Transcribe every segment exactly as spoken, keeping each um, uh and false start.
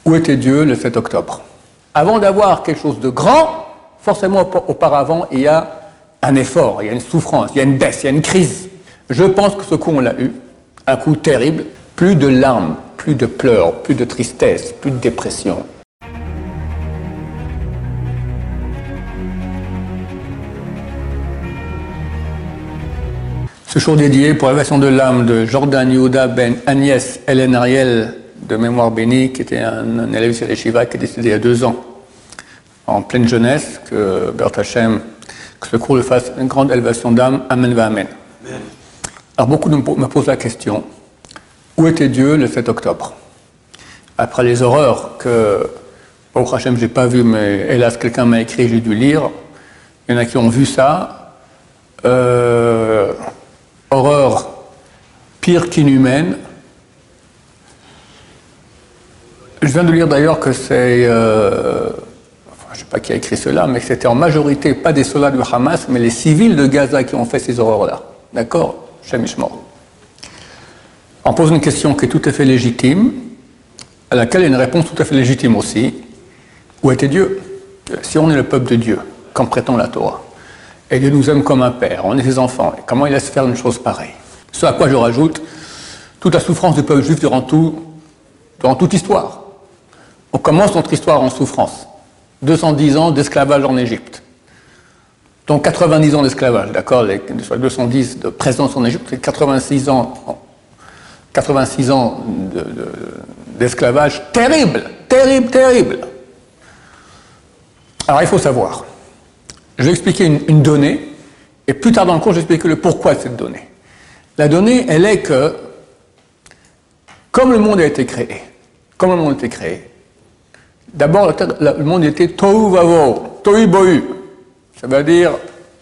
Où était Dieu le sept octobre? Avant d'avoir quelque chose de grand, forcément auparavant, il y a un effort, il y a une souffrance, il y a une baisse, il y a une crise. Je pense que ce coup, on l'a eu, un coup terrible, plus de larmes, plus de pleurs, plus de tristesse, plus de dépression. Ce jour dédié pour l'élévation de l'âme de Jordan Yehuda Ben Agnès Hélène Ariel, de mémoire bénie, qui était un, un élève chez Shiva, qui est décédé il y a deux ans, en pleine jeunesse, que Bert Hashem, que ce cours le fasse une grande élévation d'âme. Amen va Amen. Amen. Alors beaucoup me posent la question, où était Dieu le sept octobre? Après les horreurs que, Baruch Hashem, je n'ai pas vu, mais hélas, quelqu'un m'a écrit, j'ai dû lire. Il y en a qui ont vu ça. Euh, horreur pire qu'inhumaine. Je viens de lire d'ailleurs que c'est, euh, enfin, je ne sais pas qui a écrit cela, mais que c'était en majorité pas des soldats du Hamas, mais les civils de Gaza qui ont fait ces horreurs-là. D'accord? Shem Yishmor. On pose une question qui est tout à fait légitime, à laquelle il y a une réponse tout à fait légitime aussi. Où était Dieu? Si on est le peuple de Dieu, comme prétend la Torah, et Dieu nous aime comme un père, on est ses enfants, et comment il laisse faire une chose pareille? Ce à quoi je rajoute toute la souffrance du peuple juif durant, tout, durant toute histoire. On commence notre histoire en souffrance. deux cent dix ans d'esclavage en Égypte. Donc quatre-vingt-dix ans d'esclavage, d'accord? Les deux cent dix de présence en Égypte, c'est quatre-vingt-six ans, quatre-vingt-six ans de, de, d'esclavage terrible, terrible, terrible. Alors il faut savoir. Je vais expliquer une, une donnée, et plus tard dans le cours, je vais expliquer le pourquoi de cette donnée. La donnée, elle est que, comme le monde a été créé, comme le monde a été créé, d'abord, la terre, la, le monde était tohu vavo, tohu bohu. Ça veut dire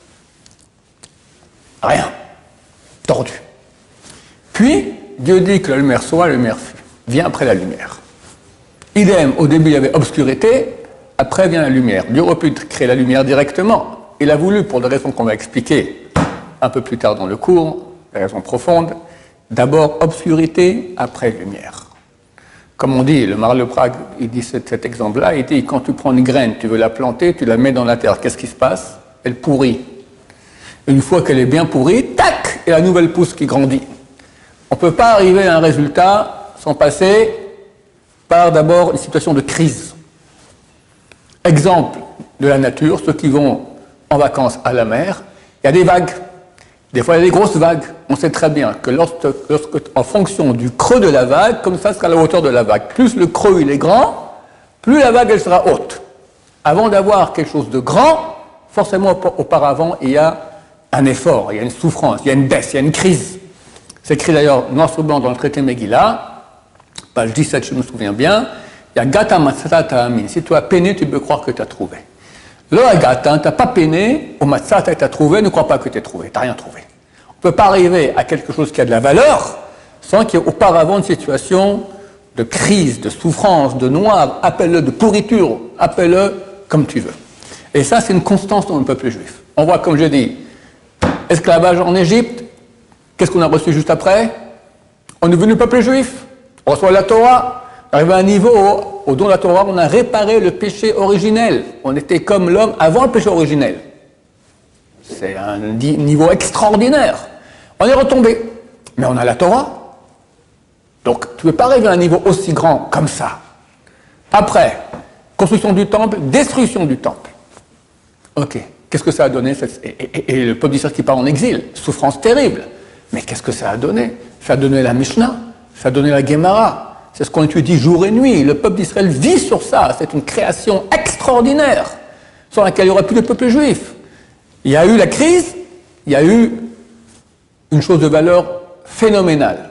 rien, tordu. Puis, Dieu dit que la lumière soit, la lumière fut. Vient après la lumière. Idem, au début, il y avait obscurité, après vient la lumière. Dieu aurait pu créer la lumière directement. Il a voulu, pour des raisons qu'on va expliquer un peu plus tard dans le cours, des raisons profondes, d'abord obscurité, après lumière. Comme on dit, le Maharal de Prague, il dit cet, cet exemple-là, il dit, quand tu prends une graine, tu veux la planter, tu la mets dans la terre, qu'est-ce qui se passe? Elle pourrit. Une fois qu'elle est bien pourrie, tac, et la nouvelle pousse qui grandit. On ne peut pas arriver à un résultat sans passer par d'abord une situation de crise. Exemple de la nature, ceux qui vont en vacances à la mer, il y a des vagues. Des fois, il y a des grosses vagues. On sait très bien que lorsque, lorsque, en fonction du creux de la vague, comme ça sera la hauteur de la vague. Plus le creux il est grand, plus la vague elle sera haute. Avant d'avoir quelque chose de grand, forcément auparavant, il y a un effort, il y a une souffrance, il y a une baisse, il y a une crise. C'est écrit d'ailleurs noir sur blanc dans le traité Megillah, page dix-sept, je me souviens bien. Il y a Gata Matzata Ta'amin. Si tu as peiné, tu peux croire que tu as trouvé. Le Gata, tu n'as pas peiné, au Matzata, tu as trouvé, ne crois pas que tu as trouvé. Tu n'as rien trouvé. On ne peut pas arriver à quelque chose qui a de la valeur sans qu'il y ait auparavant une situation de crise, de souffrance, de noir, appelle-le de pourriture, appelle-le comme tu veux. Et ça, c'est une constance dans le peuple juif. On voit, comme je dis, esclavage en Égypte. Qu'est-ce qu'on a reçu juste après? On est devenu peuple juif. On reçoit la Torah. Arrivé à un niveau au don de la Torah, on a réparé le péché originel. On était comme l'homme avant le péché originel. C'est un niveau extraordinaire. On est retombé. Mais on a la Torah. Donc, tu ne peux pas arriver à un niveau aussi grand comme ça. Après, construction du temple, destruction du temple. Ok. Qu'est-ce que ça a donné? Et, et, et le peuple d'Israël qui part en exil. Souffrance terrible. Mais qu'est-ce que ça a donné? Ça a donné la Mishnah. Ça a donné la Gemara. C'est ce qu'on étudie jour et nuit. Le peuple d'Israël vit sur ça. C'est une création extraordinaire sans laquelle il n'y aurait plus de peuple juif. Il y a eu la crise, il y a eu une chose de valeur phénoménale.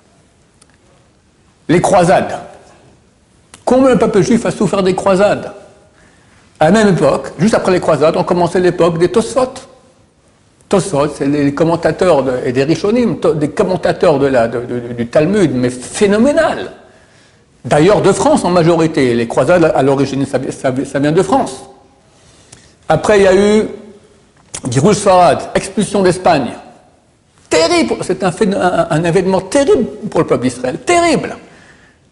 Les croisades. Combien le peuple juif a souffert des croisades? À la même époque, juste après les croisades, on commençait l'époque des Tosfot. Tosfot, c'est les commentateurs de, et des Rishonim, des commentateurs de la, de, de, du Talmud, mais phénoménal. D'ailleurs, de France en majorité. Les croisades, à l'origine, ça, ça, ça vient de France. Après, il y a eu Girouj Sfarad, expulsion d'Espagne. Terrible, c'est un, un, un événement terrible pour le peuple d'Israël, terrible.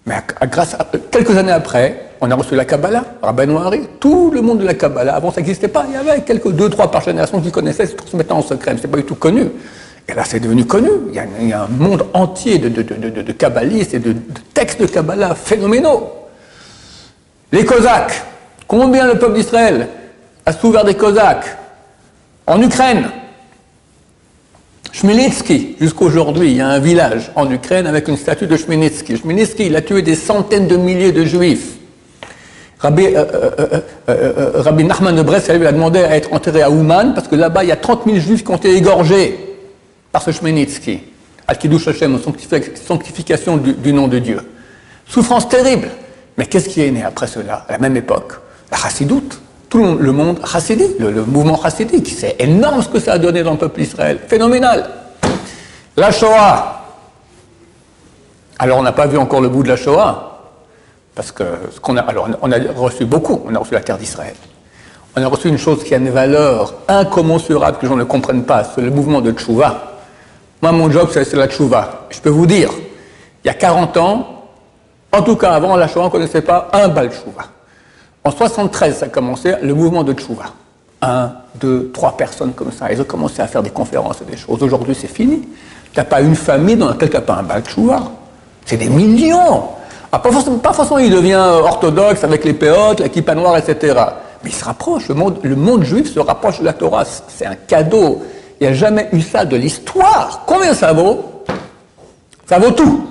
Mais à, à, grâce à, quelques années après, on a reçu la Kabbalah, Rabbeinu Hari. Tout le monde de la Kabbalah, avant ça n'existait pas. Il y avait quelques deux, trois par génération qui connaissaient, c'est pour se mettre en secret, mais c'est pas du tout connu. Et là, c'est devenu connu. Il y a, il y a un monde entier de, de, de, de, de kabbalistes et de, de textes de Kabbalah phénoménaux. Les Cosaques. Combien le peuple d'Israël a souffert des Cosaques en Ukraine? Chmielnytsky, jusqu'aujourd'hui, il y a un village en Ukraine avec une statue de Chmielnytsky. Chmielnytsky, il a tué des centaines de milliers de juifs. Rabbi, euh, euh, euh, euh, Rabbi Nachman de Brest, lui a demandé à être enterré à Ouman, parce que là-bas, il y a trente mille juifs qui ont été égorgés par ce Chmielnytsky. Al-Kiddush Hashem, sanctification du, du nom de Dieu. Souffrance terrible. Mais qu'est-ce qui est né après cela, à la même époque? La chassidoute. Tout le monde chassidique, le, le mouvement chassidique. C'est énorme ce que ça a donné dans le peuple d'Israël. Phénoménal. La Shoah. Alors on n'a pas vu encore le bout de la Shoah. Parce que ce qu'on a, alors on a reçu beaucoup. On a reçu la terre d'Israël. On a reçu une chose qui a une valeur incommensurable que les gens ne comprennent pas. C'est le mouvement de Tchouva. Moi, mon job, c'est la Tchouva. Je peux vous dire, il y a quarante ans, en tout cas avant la Shoah, on ne connaissait pas un Baal Tchouva. En soixante-treize, ça a commencé le mouvement de Tchouva. Un, deux, trois personnes comme ça. Ils ont commencé à faire des conférences et des choses. Aujourd'hui, c'est fini. Tu n'as pas une famille dans laquelle tu n'as pas un Baal Tchouva. C'est des millions. Ah, pas, forcément, pas forcément, il devient orthodoxe avec les péotes, la kippa noire, et cetera. Mais il se rapproche. Le monde, le monde juif se rapproche de la Torah. C'est un cadeau. Il n'y a jamais eu ça de l'histoire. Combien ça vaut? Ça vaut tout.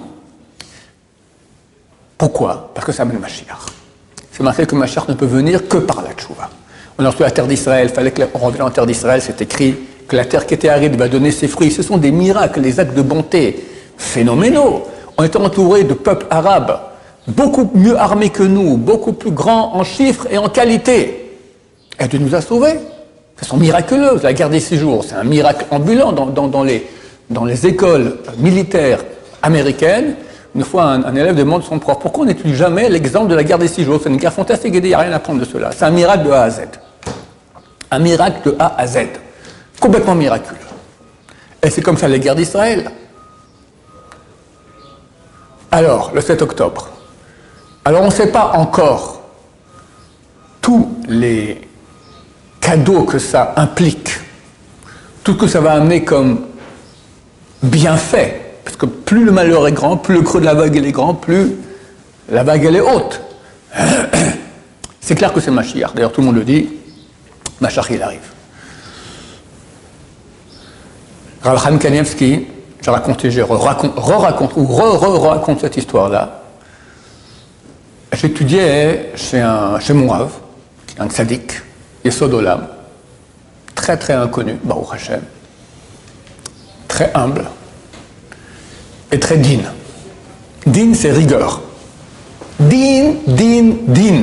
Pourquoi? Parce que ça amène Mashiach. C'est marqué que Mashiach ne peut venir que par la tchouva. On a reçu la terre d'Israël, il fallait qu'on revienne en terre d'Israël, c'est écrit que la terre qui était aride va donner ses fruits. Ce sont des miracles, des actes de bonté phénoménaux. On était entouré de peuples arabes, beaucoup mieux armés que nous, beaucoup plus grands en chiffres et en qualité. Et Dieu nous a sauvés. Elles sont miraculeuses. La guerre des six jours, c'est un miracle ambulant dans, dans, dans, les, dans les écoles militaires américaines. Une fois, un, un élève demande à son prof, pourquoi on n'étudie jamais l'exemple de la guerre des six jours? C'est une guerre fantastique et il n'y a rien à apprendre de cela. C'est un miracle de A à Z. Un miracle de A à Z. Complètement miraculeux. Et c'est comme ça les guerres d'Israël. Alors, le sept octobre. Alors, on ne sait pas encore tous les cadeaux que ça implique, tout ce que ça va amener comme bienfait. Parce que plus le malheur est grand, plus le creux de la vague est grand, plus la vague elle est haute. C'est clair que c'est Mashiach. D'ailleurs, tout le monde le dit. Mashiach, il arrive. Rav Chaim Kanievski, j'ai raconté, je re-raconte, ou re-re-raconte cette histoire-là. J'étudiais chez un, chez mon Rav, un tzaddik, Yesod Olam, très très inconnu, Baruch Hashem, très humble, et très din. Din, c'est rigueur. Din, din, din.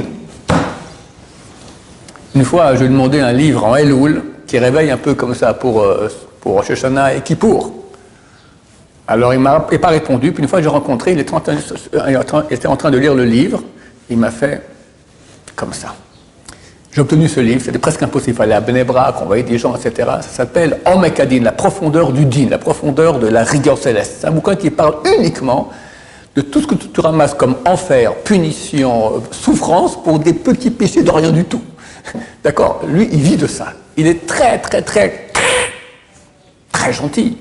Une fois, je lui ai demandé un livre en Elul qui réveille un peu comme ça pour, pour Rosh Hashanah et Kippour. Alors, il ne m'a pas répondu. Puis une fois, j'ai rencontré, il était, en train, il était en train de lire le livre. Il m'a fait comme ça. J'ai obtenu ce livre, c'était presque impossible. Il fallait à Bnei-Brak, qu'on voyait des gens, et cetera. Ça s'appelle Omek Hadin, la profondeur du din, la profondeur de la rigueur céleste. C'est un bouquin qui parle uniquement de tout ce que tu ramasses comme enfer, punition, souffrance pour des petits péchés de rien du tout. D'accord? Lui, il vit de ça. Il est très, très, très, très gentil.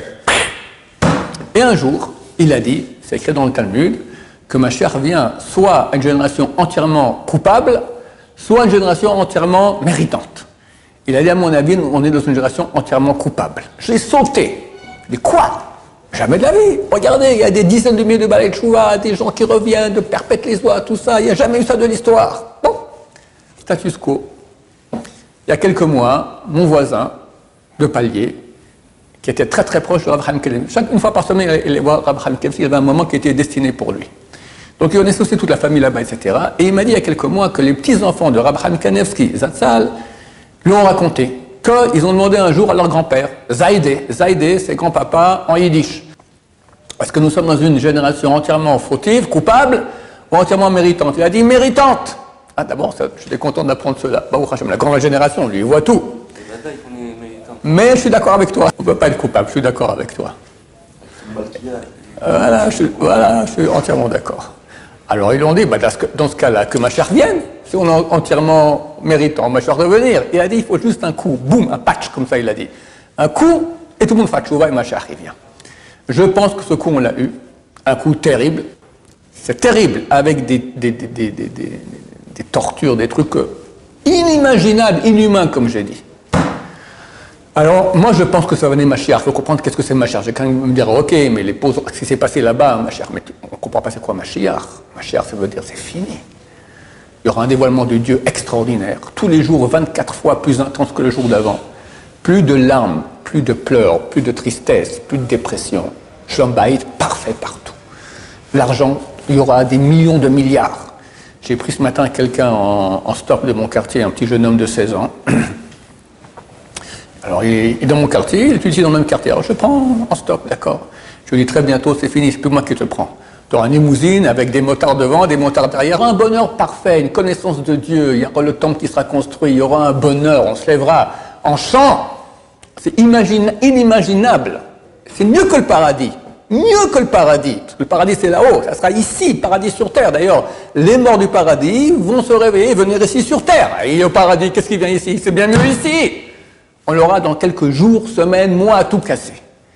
Et un jour, il a dit, c'est écrit dans le Talmud, que Mashiach vient soit à une génération entièrement coupable, soit une génération entièrement méritante. Il a dit, à mon avis, on est dans une génération entièrement coupable. J'ai sauté. Je dis, quoi? Jamais de la vie. Regardez, il y a des dizaines de milliers de balais de chouva, des gens qui reviennent, de perpètent les oies, tout ça. Il n'y a jamais eu ça de l'histoire. Bon. Status quo. Il y a quelques mois, mon voisin de palier, qui était très très proche de Rav Chaim Kanievski, chaque une fois par semaine, il allait voir Rav Chaim Kanievski, il y avait un moment qui était destiné pour lui. Donc il connaissait aussi toute la famille là-bas, et cetera. Et il m'a dit il y a quelques mois que les petits-enfants de Rav Chaim Kanievski, Zatzal, lui ont raconté qu'ils ont demandé un jour à leur grand-père, Zaïdé, Zaïdé c'est grand-papa en yiddish. Est-ce que nous sommes dans une génération entièrement fautive, coupable, ou entièrement méritante? Il a dit méritante. Ah d'abord, j'étais content d'apprendre cela. Baruch Hashem, la grande génération, lui, il voit tout. Mais je suis d'accord avec toi. On ne peut pas être coupable, je suis d'accord avec toi. Voilà je, suis, voilà, je suis entièrement d'accord. Alors ils ont dit, bah, dans ce cas-là, que Mashiach vienne, si on est entièrement méritant, Mashiach de venir. Il a dit, il faut juste un coup, boum, un patch, comme ça il a dit. Un coup, et tout le monde fait tchouva et Mashiach il vient. Je pense que ce coup, on l'a eu, un coup terrible. C'est terrible, avec des, des, des, des, des, des, des tortures, des trucs inimaginables, inhumains, comme j'ai dit. Alors, moi, je pense que ça venait Mashiach. Il faut comprendre qu'est-ce que c'est Mashiach. J'ai quand même me dire, ok, mais les pauses, ce qui s'est passé là-bas, Mashiach, mais on ne comprend pas c'est quoi Mashiach. Mashiach, ça veut dire c'est fini. Il y aura un dévoilement de Dieu extraordinaire. Tous les jours, vingt-quatre fois plus intense que le jour d'avant. Plus de larmes, plus de pleurs, plus de tristesse, plus de dépression. Shalom Bayit, parfait partout. L'argent, il y aura des millions de milliards. J'ai pris ce matin quelqu'un en, en stop de mon quartier, un petit jeune homme de seize ans. Alors, il est dans mon quartier, il est ici dans le même quartier. Alors, je le prends en stop, d'accord. Je lui dis très bientôt, c'est fini, c'est plus moi qui te prends. Tu auras une limousine avec des motards devant, des motards derrière, un bonheur parfait, une connaissance de Dieu. Il y aura le temple qui sera construit, il y aura un bonheur, on se lèvera en chant. C'est inimaginable. C'est mieux que le paradis. Mieux que le paradis. Parce que le paradis, c'est là-haut. Ça sera ici, paradis sur terre. D'ailleurs, les morts du paradis vont se réveiller et venir ici sur terre. Et au paradis, qu'est-ce qui vient ici? C'est bien mieux ici. On l'aura dans quelques jours, semaines, mois, à tout casser.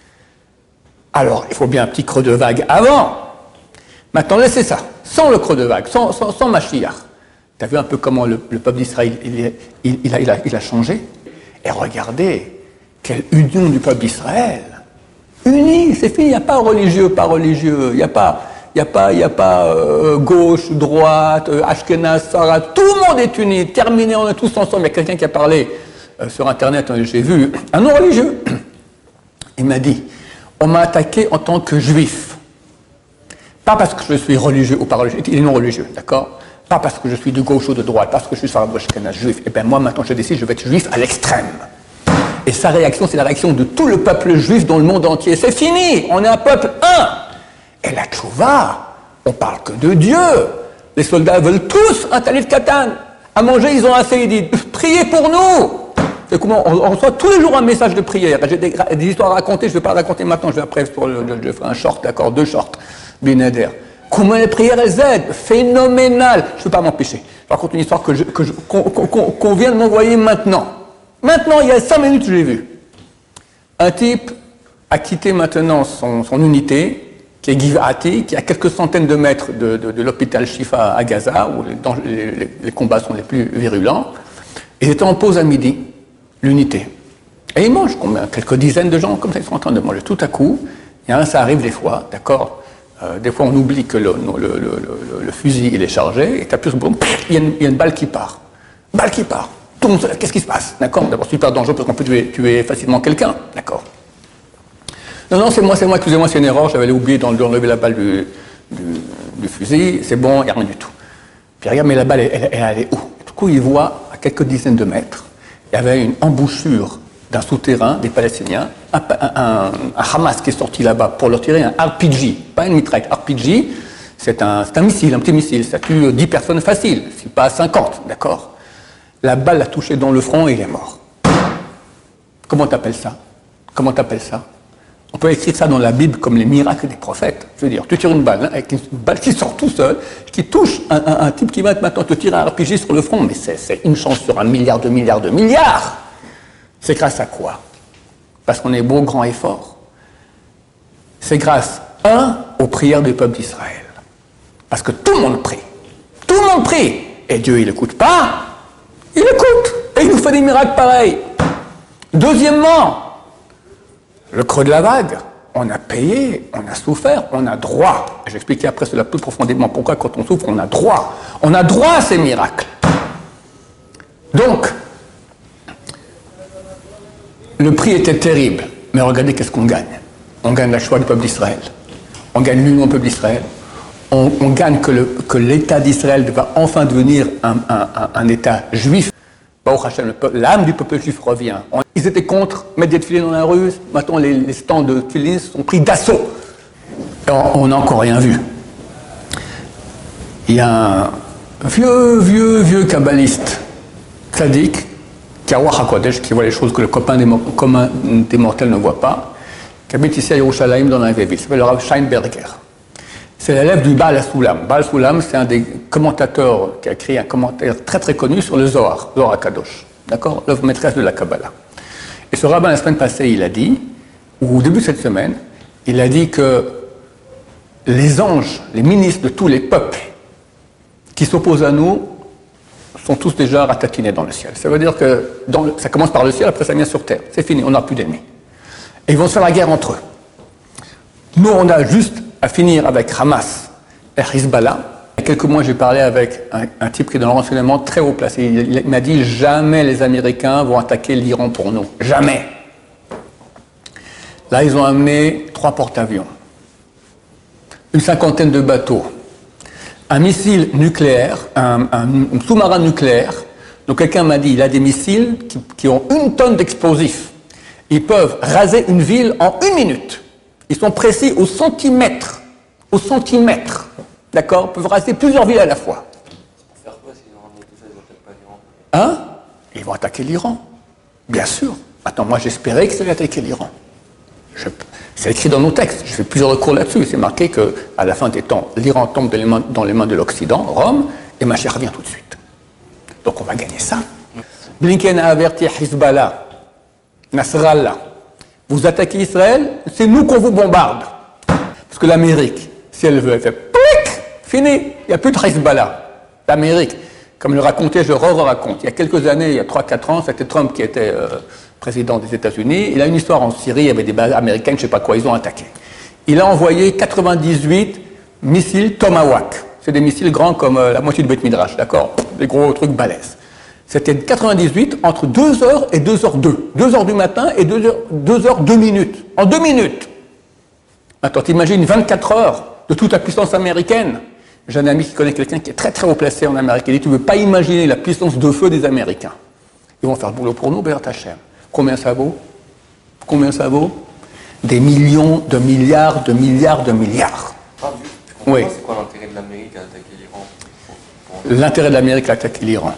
Alors, il faut bien un petit creux de vague avant. Maintenant, laissez ça. Sans le creux de vague, sans, sans, sans Mashiach. Tu as vu un peu comment le, le peuple d'Israël, il, il, il, a, il, a, il a changé? Et regardez, quelle union du peuple d'Israël. Uni, c'est fini, il n'y a pas religieux, pas religieux, il n'y a pas, il n'y a pas, il n'y a pas euh, gauche, droite, euh, Ashkenaz, Sarah, tout le monde est uni, terminé, on est tous ensemble. Il y a quelqu'un qui a parlé euh, sur Internet, j'ai vu, un non-religieux. Il m'a dit, on m'a attaqué en tant que juif. Pas parce que je suis religieux ou pas religieux, il est non-religieux, d'accord? Pas parce que je suis de gauche ou de droite, parce que je suis Sarah Ashkenaz, juif. Et bien moi, maintenant, je décide, je vais être juif à l'extrême. Et sa réaction, c'est la réaction de tout le peuple juif dans le monde entier. C'est fini, on est un peuple un. Et la tchouva, on parle que de Dieu. Les soldats veulent tous un talit katan. À manger, ils ont assez, ils disent, priez pour nous. Et comment, on, on reçoit tous les jours un message de prière. J'ai des, des histoires à raconter, je ne vais pas raconter maintenant, je vais après, sur le, je ferai un short, d'accord, deux shorts, binader. Comment les prières, elles aident, phénoménal. Je ne peux pas m'empêcher. Je raconte une histoire que je, que je, qu'on, qu'on, qu'on vient de m'envoyer maintenant. Maintenant, il y a cinq minutes, je l'ai vu. Un type a quitté maintenant son, son unité, qui est Givati, qui est à quelques centaines de mètres de, de, de l'hôpital Shifa à Gaza, où les, les, les combats sont les plus virulents. Ils étaient en pause à midi, l'unité. Et ils mangent combien? Quelques dizaines de gens, comme ça, ils sont en train de manger. Tout à coup, il y a un, ça arrive des fois, d'accord euh, Des fois, on oublie que le, le, le, le, le fusil, il est chargé, et tu appuies sur le bouton, il y a une, il y a une balle qui part. Balle qui part. Tout le monde se lève, qu'est-ce qui se passe? D'accord? D'abord, c'est super dangereux parce qu'on peut tuer, tuer facilement quelqu'un. D'accord? Non, non, c'est moi, c'est moi, excusez-moi, c'est une erreur, j'avais oublié d'enlever la balle du, du, du fusil, c'est bon, il n'y a rien du tout. Puis regarde, mais la balle, elle, elle, elle allait où? Du coup, il voit, à quelques dizaines de mètres, il y avait une embouchure d'un souterrain des Palestiniens, un, un, un, un Hamas qui est sorti là-bas pour leur tirer un R P G, pas une mitraille. R P G, c'est un, c'est un missile, un petit missile, ça tue dix personnes facile, c'est pas cinquante, d'accord? La balle l'a touché dans le front et il est mort. Comment t'appelles ça? Comment t'appelles ça? On peut écrire ça dans la Bible comme les miracles des prophètes. Je veux dire, tu tires une balle, hein, avec une balle qui sort tout seul, qui touche un, un, un type qui va maintenant te tirer un R P G sur le front, mais c'est, c'est une chance sur un milliard de milliards de milliards. C'est grâce à quoi? Parce qu'on est beau, grand et fort. C'est grâce, un, aux prières du peuple d'Israël. Parce que tout le monde prie. Tout le monde prie. Et Dieu, il n'écoute pas. Il écoute, et il nous fait des miracles pareils. Deuxièmement, le creux de la vague, on a payé, on a souffert, on a droit. Et j'expliquerai après cela plus profondément pourquoi quand on souffre, on a droit. On a droit à ces miracles. Donc, le prix était terrible, mais regardez qu'est-ce qu'on gagne. On gagne la choix du peuple d'Israël. On gagne l'union du peuple d'Israël. On, on gagne que, le, que l'État d'Israël va enfin devenir un, un, un, un État juif. Baruch Hashem, l'âme du peuple juif revient. On, ils étaient contre mettre des tefilines dans la rue. Maintenant, les, les stands de tefilines sont pris d'assaut. On n'a encore rien vu. Il y a un vieux, vieux, vieux kabbaliste, tzaddik, qui a Ruach HaKodesh, qui voit les choses que le commun des, commun des mortels ne voit pas, qui habite ici à Yerushalayim dans la vieille ville. Il s'appelle le Rav Scheinberger. C'est l'élève du Baal Soulam. Baal Soulam, c'est un des commentateurs qui a écrit un commentaire très très connu sur le Zohar, Zohar HaKadosh, d'accord, l'œuvre maîtresse de la Kabbalah. Et ce rabbin, la semaine passée, il a dit, ou au début de cette semaine, il a dit que les anges, les ministres de tous les peuples qui s'opposent à nous sont tous déjà ratatinés dans le ciel. Ça veut dire que dans le, ça commence par le ciel, après ça vient sur terre. C'est fini, on n'a plus d'ennemis. Et ils vont se faire la guerre entre eux. Nous, on a juste à finir avec Hamas et Hezbollah. Il y a quelques mois, j'ai parlé avec un, un type qui est dans le renseignement très haut placé. Il, il m'a dit, jamais les Américains vont attaquer l'Iran pour nous. Jamais. Là, ils ont amené trois porte-avions, une cinquantaine de bateaux, un missile nucléaire, un, un, un sous-marin nucléaire. Donc quelqu'un m'a dit, il a des missiles qui, qui ont une tonne d'explosifs. Ils peuvent raser une ville en une minute. Ils sont précis au centimètre. Au centimètre. D'accord? Ils peuvent raser plusieurs villes à la fois. Pour faire quoi s'ils ont ramené tout ça, ils n'attaquent pas l'Iran? Hein? Ils vont attaquer l'Iran. Bien sûr. Attends, moi j'espérais qu'ils allaient attaquer l'Iran. Je... C'est écrit dans nos textes. Je fais plusieurs recours là-dessus. C'est marqué qu'à la fin des temps, l'Iran tombe dans les mains, dans les mains de l'Occident, Rome, et Mashiach revient tout de suite. Donc on va gagner ça. Blinken a averti Hezbollah, Nasrallah. Vous attaquez Israël, c'est nous qu'on vous bombarde. Parce que l'Amérique, si elle veut, elle fait plic, fini, il n'y a plus de Hezbollah. L'Amérique, comme le racontais, je re-raconte. Il y a quelques années, il y a trois quatre ans, c'était Trump qui était euh, président des États-Unis. Il a une histoire en Syrie, il y avait des bases américaines, je ne sais pas quoi, ils ont attaqué. Il a envoyé quatre-vingt-dix-huit missiles Tomahawk. C'est des missiles grands comme euh, la moitié du Beth Midrash, d'accord? Des gros trucs balèzes. C'était quatre-vingt-dix-huit entre deux heures et deux heures deux. deux heures du matin et deux heures, deux heures deux minutes. En deux minutes. Maintenant, t'imagines vingt-quatre heures de toute la puissance américaine. J'ai un ami qui connaît quelqu'un qui est très très haut placé en Amérique. Il dit, tu ne veux pas imaginer la puissance de feu des Américains. Ils vont faire le boulot pour nous, Béat Hachem. Combien ça vaut? Combien ça vaut? Des millions de milliards de milliards de milliards. Ah, je oui. C'est quoi l'intérêt de l'Amérique à attaquer l'Iran? pour, pour... L'intérêt de l'Amérique à attaquer l'Iran?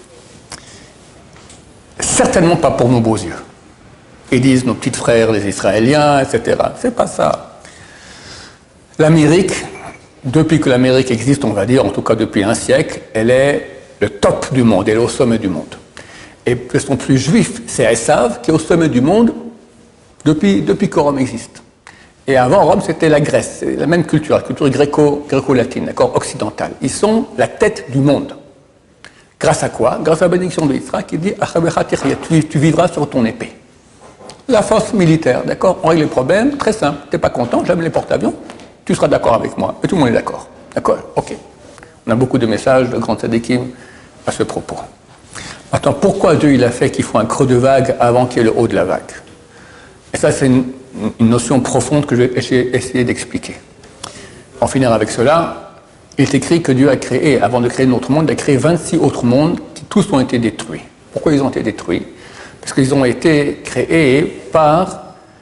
Certainement pas pour nos beaux yeux. Ils disent nos petits frères, les Israéliens, et cetera. C'est pas ça. L'Amérique, depuis que l'Amérique existe, on va dire, en tout cas depuis un siècle, elle est le top du monde, elle est au sommet du monde. Et son plus juif, c'est Esav, qui est au sommet du monde depuis, depuis que Rome existe. Et avant Rome, c'était la Grèce, c'est la même culture, la culture gréco, gréco-latine, d'accord, occidentale. Ils sont la tête du monde. Grâce à quoi? Grâce à la bénédiction de Yitzhak qui dit tu, tu vivras sur ton épée. La force militaire, d'accord? On règle les problèmes, très simple. Tu n'es pas content, j'aime les porte-avions, tu seras d'accord avec moi. Et tout le monde est d'accord. D'accord? Ok. On a beaucoup de messages de grands tzadikim à ce propos. Maintenant, pourquoi Dieu il a fait qu'il faut un creux de vague avant qu'il y ait le haut de la vague? Et ça, c'est une, une notion profonde que je vais essayer d'expliquer. En finir avec cela. Il est écrit que Dieu a créé, avant de créer notre monde, il a créé vingt-six autres mondes qui tous ont été détruits. Pourquoi ils ont été détruits? Parce qu'ils ont été créés par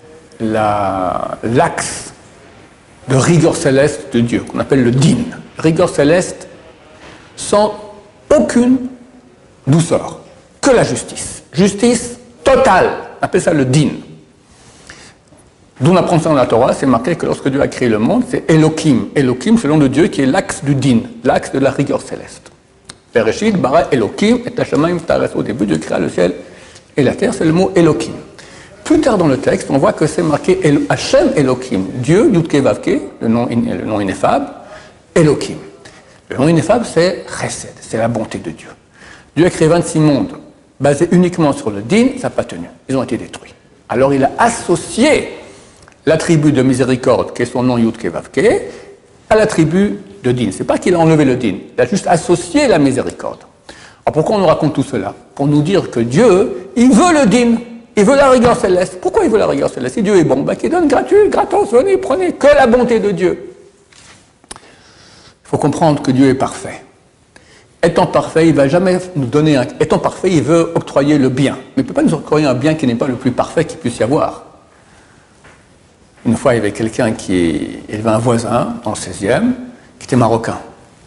la, l'axe de rigueur céleste de Dieu, qu'on appelle le din. Rigueur céleste sans aucune douceur, que la justice. Justice totale, on appelle ça le din. D'où on apprend ça dans la Torah, c'est marqué que lorsque Dieu a créé le monde, c'est Elohim. Elohim, c'est le nom de Dieu qui est l'axe du din, l'axe de la rigueur céleste. Bereshit, bara Elohim, et Hashamayim tares. Au début, Dieu créa le ciel et la terre, c'est le mot Elohim. Plus tard dans le texte, on voit que c'est marqué El, Hashem Elohim, Dieu, Yudke Vavke, le nom, le nom ineffable, Elohim. Le nom ineffable, c'est Chesed, c'est la bonté de Dieu. Dieu a créé vingt-six mondes basés uniquement sur le din, ça n'a pas tenu. Ils ont été détruits. Alors il a associé l'attribut de miséricorde, qui est son nom Yudke Vavke, à l'attribut de din. C'est pas qu'il a enlevé le din, il a juste associé la miséricorde. Alors pourquoi on nous raconte tout cela? Pour nous dire que Dieu, il veut le din, il veut la rigueur céleste. Pourquoi il veut la rigueur céleste? Si Dieu est bon, bah, qu'il donne gratuit, gratos, venez, prenez, que la bonté de Dieu. Il faut comprendre que Dieu est parfait. Étant parfait, il ne va jamais nous donner un... Étant parfait, il veut octroyer le bien. Mais il ne peut pas nous octroyer un bien qui n'est pas le plus parfait qu'il puisse y avoir. Une fois, il y avait quelqu'un qui élevait un voisin, en seizième, qui était marocain.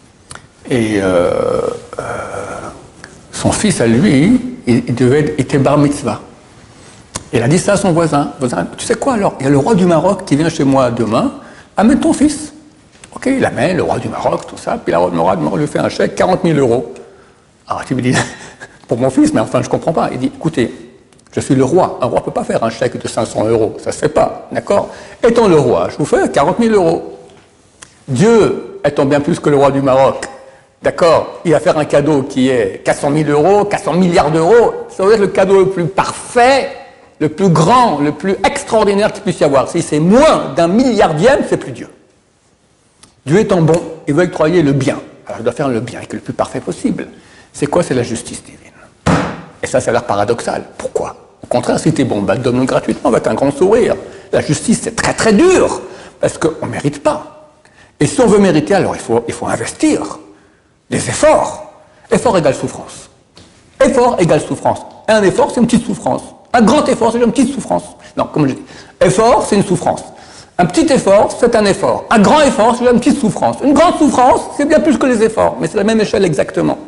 Et euh, euh, son fils, à lui, il, il, devait, il était bar mitzvah. Il a dit ça à son voisin. voisin. Tu sais quoi alors? Il y a le roi du Maroc qui vient chez moi demain. Amène ton fils. Ok, il amène le roi du Maroc, tout ça, puis le roi du Maroc lui fait un chèque, quarante mille euros. Alors tu me dis, pour mon fils, mais enfin je ne comprends pas. Il dit, écoutez, je suis le roi, un roi ne peut pas faire un chèque de cinq cents euros, ça ne se fait pas, d'accord? Étant le roi, je vous fais quarante mille euros. Dieu étant bien plus que le roi du Maroc, d'accord, il va faire un cadeau qui est quatre cent mille euros, quatre cents milliards d'euros, ça veut être le cadeau le plus parfait, le plus grand, le plus extraordinaire qu'il puisse y avoir. Si c'est moins d'un milliardième, c'est plus Dieu. Dieu étant bon, il veut octroyer le bien. Alors il doit faire le bien, et que le plus parfait possible. C'est quoi? C'est la justice divine. Et ça, ça a l'air paradoxal. Pourquoi? Au contraire, si t'es bon, bah, donne-le gratuitement avec un grand sourire. La justice, c'est très très dur, parce qu'on ne mérite pas. Et si on veut mériter, alors il faut, il faut investir des efforts. Effort égale souffrance. Effort égale souffrance. Et un effort, c'est une petite souffrance. Un grand effort, c'est une petite souffrance. Non, comme je dis, effort, c'est une souffrance. Un petit effort, c'est un effort. Un grand effort, c'est une petite souffrance. Une grande souffrance, c'est bien plus que les efforts, mais c'est la même échelle exactement.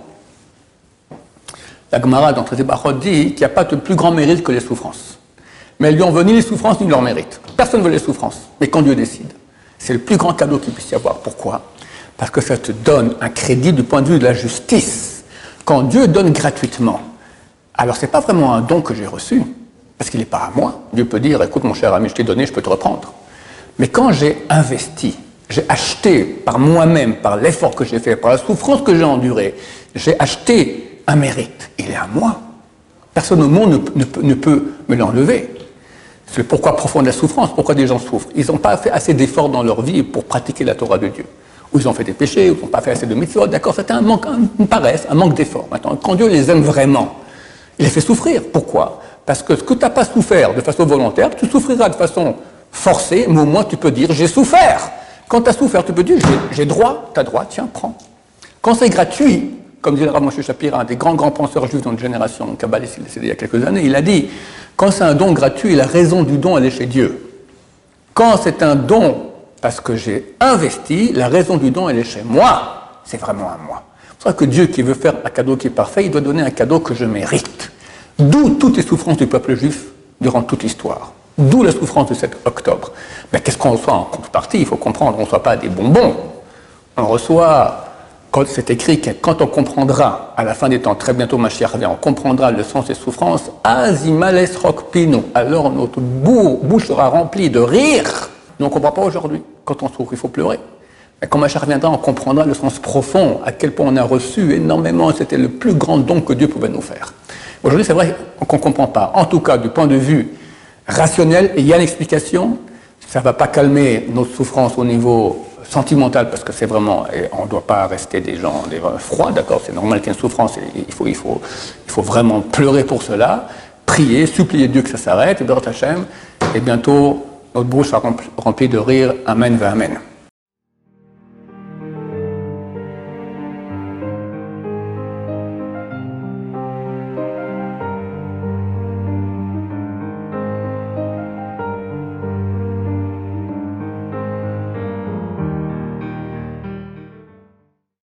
La Gemara dans Traité Brachot dit qu'il n'y a pas de plus grand mérite que les souffrances. Mais elles lui en veulent ni les souffrances ni leur mérite. Personne ne veut les souffrances, mais quand Dieu décide, c'est le plus grand cadeau qu'il puisse y avoir. Pourquoi? Parce que ça te donne un crédit du point de vue de la justice. Quand Dieu donne gratuitement, alors ce n'est pas vraiment un don que j'ai reçu, parce qu'il n'est pas à moi. Dieu peut dire, écoute mon cher ami, je t'ai donné, je peux te reprendre. Mais quand j'ai investi, j'ai acheté par moi-même, par l'effort que j'ai fait, par la souffrance que j'ai endurée, j'ai acheté un mérite. Il est à moi. Personne au monde ne, ne, ne peut me l'enlever. C'est pourquoi profond de la souffrance, pourquoi des gens souffrent. Ils n'ont pas fait assez d'efforts dans leur vie pour pratiquer la Torah de Dieu. Ou ils ont fait des péchés, ou ils n'ont pas fait assez de mitzvot. D'accord, c'était un manque, une paresse, un manque d'effort. Maintenant, quand Dieu les aime vraiment, il les fait souffrir. Pourquoi? Parce que ce que tu n'as pas souffert de façon volontaire, tu souffriras de façon forcé, mais au moins tu peux dire j'ai souffert. Quand tu as souffert, tu peux dire j'ai droit, tu as droit, tiens, prends. Quand c'est gratuit, comme disait le Rav Moshe Shapira, un des grands grands penseurs juifs dans notre génération, donc kabbaliste, il est décédé il y a quelques années, il a dit quand c'est un don gratuit, la raison du don elle est chez Dieu. Quand c'est un don parce que j'ai investi, la raison du don elle est chez moi. C'est vraiment à moi. C'est pour ça que Dieu qui veut faire un cadeau qui est parfait, il doit donner un cadeau que je mérite. D'où toutes les souffrances du peuple juif durant toute l'histoire. D'où la souffrance de cet octobre. Mais qu'est-ce qu'on reçoit en contrepartie? Il faut comprendre, on ne reçoit pas des bonbons. On reçoit, quand c'est écrit que quand on comprendra, à la fin des temps, très bientôt Mashiach revient, on comprendra le sens des souffrances, Azimales Rokpino, alors notre bouche sera remplie de rire. Nous, on ne comprend pas aujourd'hui. Quand on souffre, il faut pleurer. Mais quand Mashiach reviendra, on comprendra le sens profond, à quel point on a reçu énormément, c'était le plus grand don que Dieu pouvait nous faire. Aujourd'hui, c'est vrai qu'on ne comprend pas. En tout cas, du point de vue rationnel, et il y a une explication, ça ne va pas calmer notre souffrance au niveau sentimental, parce que c'est vraiment, on ne doit pas rester des gens des froids, d'accord, c'est normal qu'il y ait une souffrance, il faut, il, faut, il faut vraiment pleurer pour cela, prier, supplier Dieu que ça s'arrête, et Baruch Hashem, et bientôt notre bouche sera remplie de rire, Amen, va Amen.